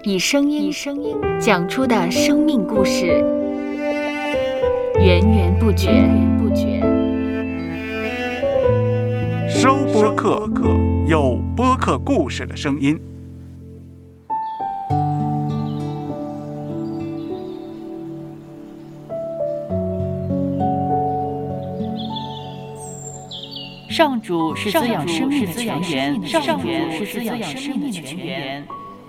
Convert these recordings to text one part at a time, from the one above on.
以声音讲出的生命故事，源源不绝。 收播客，有播客故事的声音。 上主是滋养生命的泉源，上主是滋养生命的泉源。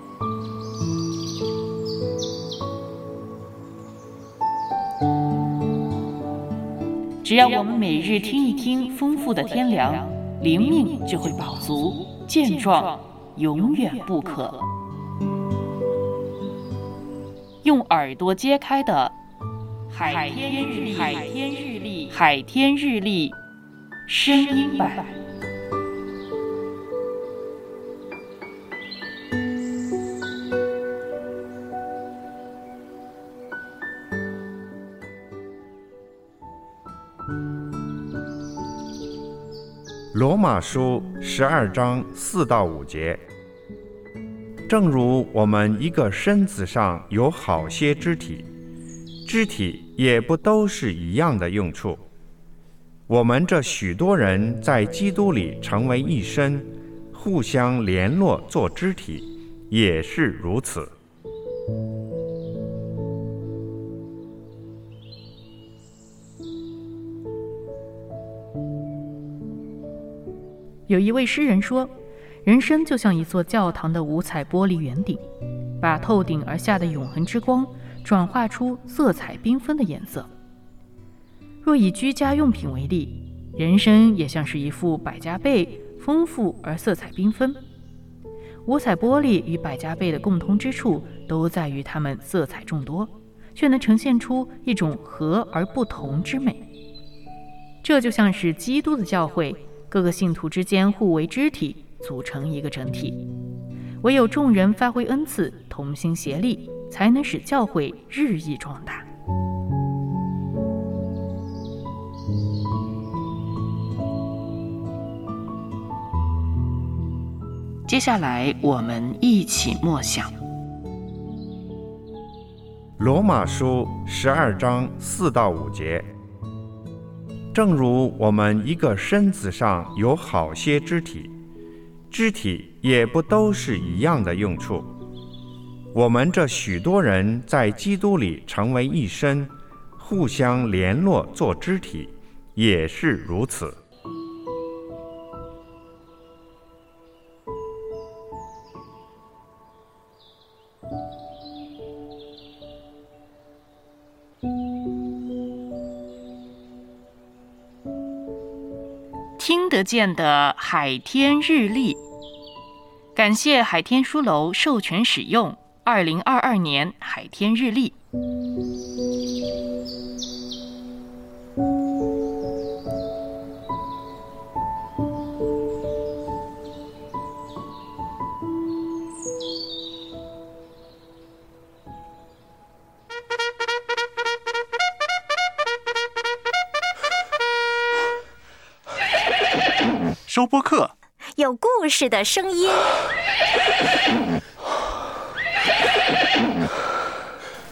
只要我们每日听一听丰富的天粮，灵命就会饱足健壮，永远不渴。用耳朵揭开的海天日历声音版。 罗马书12章4到5节，正如我们一个身子上有好些肢体，肢体也不都是一样的用处。我们这许多人在基督里成为一身，互相联络做肢体，也是如此。 有一位诗人说，人生就像一座教堂的五彩玻璃圆顶，把透顶而下的永恒之光转化出色彩缤纷的颜色。若以居家用品为例，人生也像是一副百家贝，丰富而色彩缤纷。五彩玻璃与百家贝的共通之处都在于它们色彩众多，却能呈现出一种和而不同之美。这就像是基督的教会，各个信徒之间互为肢体，组成一个整体。唯有众人发挥恩赐，同心协力，才能使教会日益壮大。接下来我们一起默想罗马书12章4到5节，正如我们一个身子上有好些肢体，肢体也不都是一样的用处。我们这许多人在基督里成为一身，互相联络做肢体，也是如此。 听得见的海天日历，感谢海天书楼授权使用2022年海天日历。 收播客， 有故事的声音。